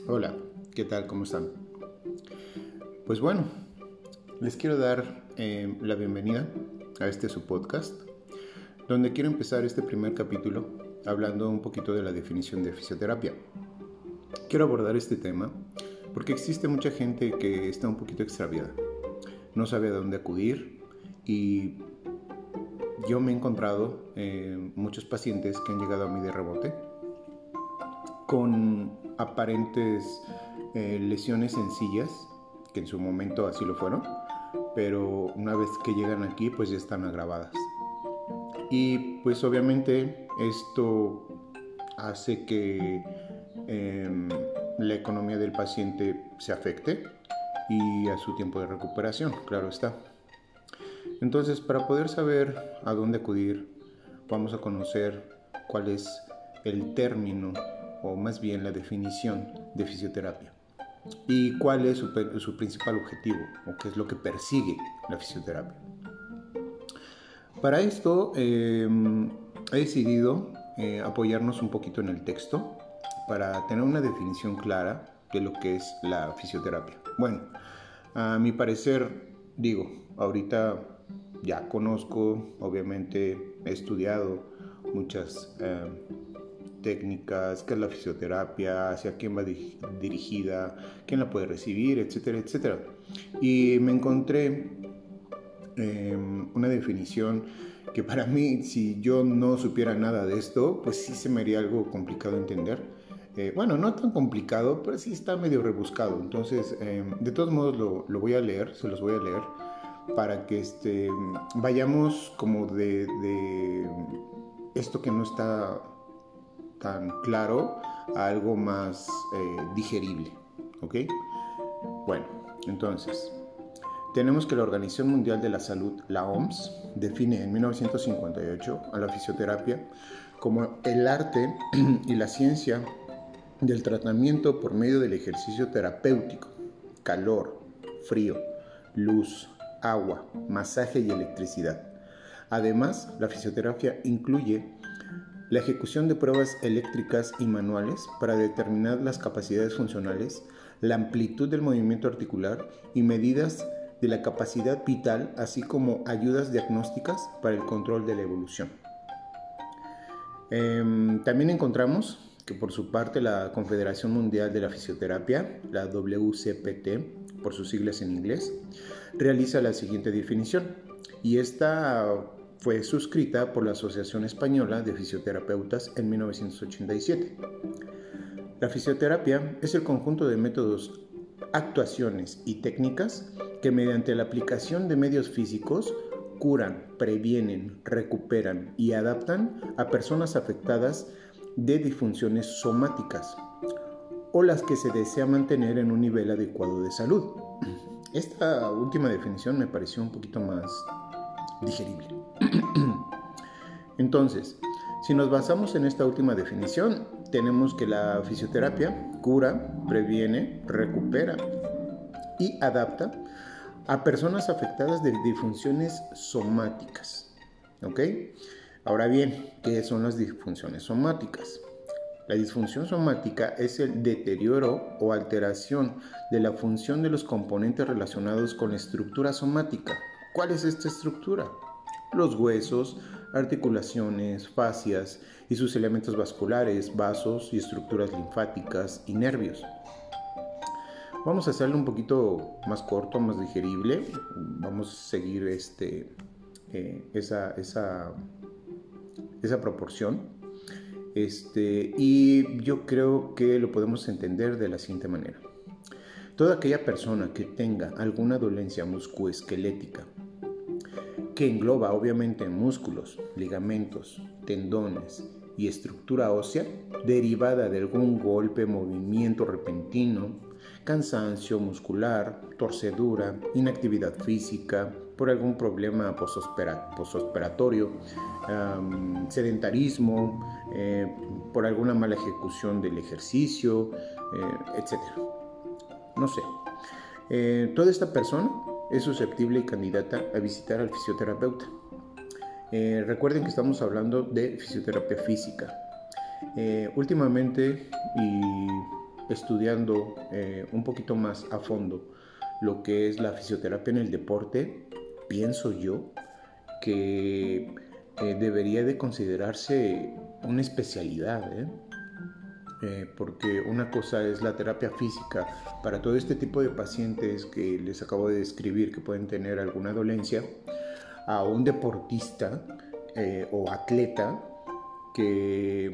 Hola, ¿qué tal? ¿Cómo están? Pues bueno, les quiero dar la bienvenida a su podcast, donde quiero empezar este primer capítulo hablando un poquito de la definición de fisioterapia. Quiero abordar este tema porque existe mucha gente que está un poquito extraviada, no sabe a dónde acudir y yo me he encontrado muchos pacientes que han llegado a mí de rebote con aparentes lesiones sencillas, que en su momento así lo fueron, pero una vez que llegan aquí pues ya están agravadas. Y pues obviamente esto hace que la economía del paciente se afecte y a su tiempo de recuperación, claro está. Entonces, para poder saber a dónde acudir, vamos a conocer cuál es el término o más bien la definición de fisioterapia y cuál es su principal objetivo o qué es lo que persigue la fisioterapia. Para esto he decidido apoyarnos un poquito en el texto para tener una definición clara de lo que es la fisioterapia. Bueno, a mi parecer, ahorita ya conozco, obviamente he estudiado muchas técnicas, qué es la fisioterapia, hacia quién va dirigida, quién la puede recibir, etcétera, etcétera. Y me encontré una definición que para mí, si yo no supiera nada de esto, pues sí se me haría algo complicado de entender. Bueno, no tan complicado, pero sí está medio rebuscado. Entonces, de todos modos lo voy a leer, se los voy a leer, para que vayamos como de esto que no está tan claro a algo más digerible, ¿ok? Bueno, entonces, tenemos que la Organización Mundial de la Salud, la OMS, define en 1958 a la fisioterapia como el arte y la ciencia del tratamiento por medio del ejercicio terapéutico, calor, frío, luz, agua, masaje y electricidad. Además, la fisioterapia incluye la ejecución de pruebas eléctricas y manuales para determinar las capacidades funcionales, la amplitud del movimiento articular y medidas de la capacidad vital, así como ayudas diagnósticas para el control de la evolución. También encontramos que por su parte la Confederación Mundial de la Fisioterapia, la WCPT, por sus siglas en inglés, realiza la siguiente definición, y esta fue suscrita por la Asociación Española de Fisioterapeutas en 1987. La fisioterapia es el conjunto de métodos, actuaciones y técnicas que mediante la aplicación de medios físicos curan, previenen, recuperan y adaptan a personas afectadas de disfunciones somáticas o las que se desea mantener en un nivel adecuado de salud. Esta última definición me pareció un poquito más digerible. Entonces, si nos basamos en esta última definición, tenemos que la fisioterapia cura, previene, recupera y adapta a personas afectadas de disfunciones somáticas. ¿Ok? Ahora bien, ¿qué son las disfunciones somáticas? La disfunción somática es el deterioro o alteración de la función de los componentes relacionados con la estructura somática. ¿Cuál es esta estructura? Los huesos, articulaciones, fascias y sus elementos vasculares, vasos y estructuras linfáticas y nervios. Vamos a hacerlo un poquito más corto, más digerible. Vamos a seguir esa proporción. Y yo creo que lo podemos entender de la siguiente manera. Toda aquella persona que tenga alguna dolencia musculoesquelética, que engloba obviamente músculos, ligamentos, tendones y estructura ósea, derivada de algún golpe, movimiento repentino, cansancio muscular, torcedura, inactividad física, por algún problema postoperatorio, sedentarismo, por alguna mala ejecución del ejercicio, etc. No sé. Toda esta persona es susceptible y candidata a visitar al fisioterapeuta. Recuerden que estamos hablando de fisioterapia física. Últimamente, y estudiando un poquito más a fondo lo que es la fisioterapia en el deporte, pienso yo que debería de considerarse una especialidad, porque una cosa es la terapia física para todo este tipo de pacientes que les acabo de describir que pueden tener alguna dolencia, a un deportista o atleta que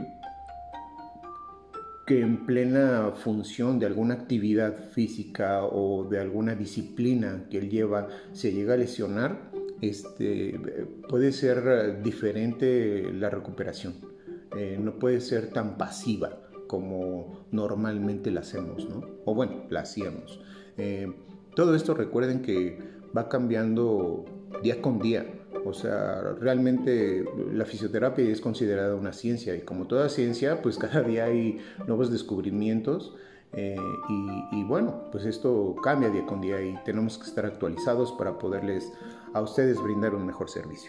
en plena función de alguna actividad física o de alguna disciplina que él lleva se llega a lesionar, puede ser diferente la recuperación. No puede ser tan pasiva como normalmente la hacemos, ¿no? O bueno, la hacíamos. Todo esto recuerden que va cambiando día con día. O sea, realmente la fisioterapia es considerada una ciencia y como toda ciencia, pues cada día hay nuevos descubrimientos y bueno, pues esto cambia día con día y tenemos que estar actualizados para poderles a ustedes brindar un mejor servicio.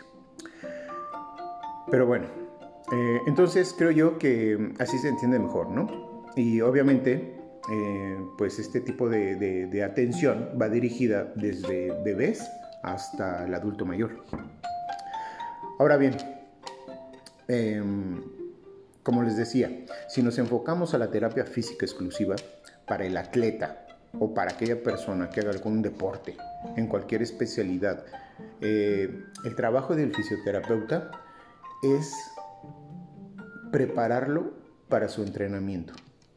Pero bueno, entonces creo yo que así se entiende mejor, ¿no? Y obviamente, pues este tipo de atención va dirigida desde bebés hasta el adulto mayor. Ahora bien, como les decía, si nos enfocamos a la terapia física exclusiva para el atleta o para aquella persona que haga algún deporte en cualquier especialidad, el trabajo del fisioterapeuta es prepararlo para su entrenamiento.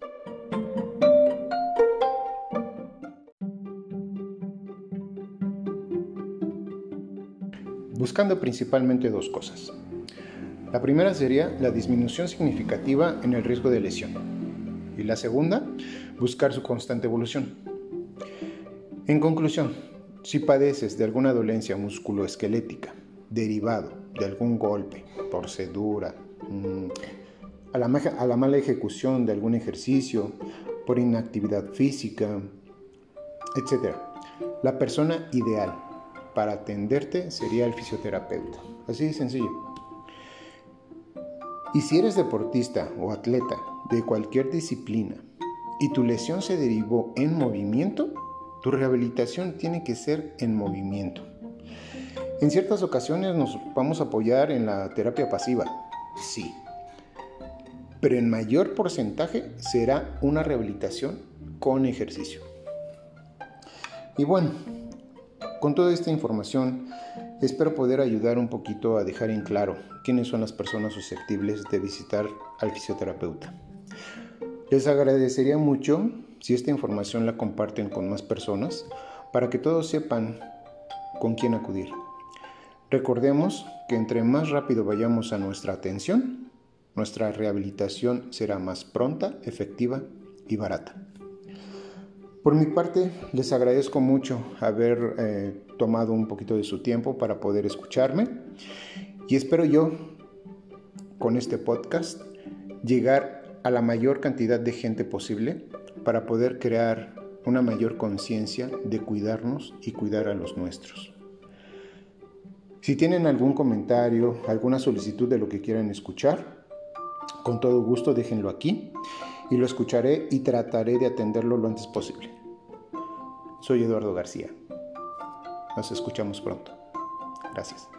Buscando principalmente dos cosas. La primera sería la disminución significativa en el riesgo de lesión. Y la segunda, buscar su constante evolución. En conclusión, si padeces de alguna dolencia musculoesquelética derivado de algún golpe, torcedura, a la mala ejecución de algún ejercicio, por inactividad física, etc., la persona ideal para atenderte sería el fisioterapeuta. Así de sencillo. Y si eres deportista o atleta de cualquier disciplina y tu lesión se derivó en movimiento, tu rehabilitación tiene que ser en movimiento. En ciertas ocasiones nos vamos a apoyar en la terapia pasiva, sí, pero en mayor porcentaje será una rehabilitación con ejercicio. Y bueno, con toda esta información, espero poder ayudar un poquito a dejar en claro quiénes son las personas susceptibles de visitar al fisioterapeuta. Les agradecería mucho si esta información la comparten con más personas para que todos sepan con quién acudir. Recordemos que entre más rápido vayamos a nuestra atención, nuestra rehabilitación será más pronta, efectiva y barata. Por mi parte, les agradezco mucho haber tomado un poquito de su tiempo para poder escucharme y espero yo, con este podcast, llegar a la mayor cantidad de gente posible para poder crear una mayor conciencia de cuidarnos y cuidar a los nuestros. Si tienen algún comentario, alguna solicitud de lo que quieran escuchar, con todo gusto déjenlo aquí y lo escucharé y trataré de atenderlo lo antes posible. Soy Eduardo García. Nos escuchamos pronto. Gracias.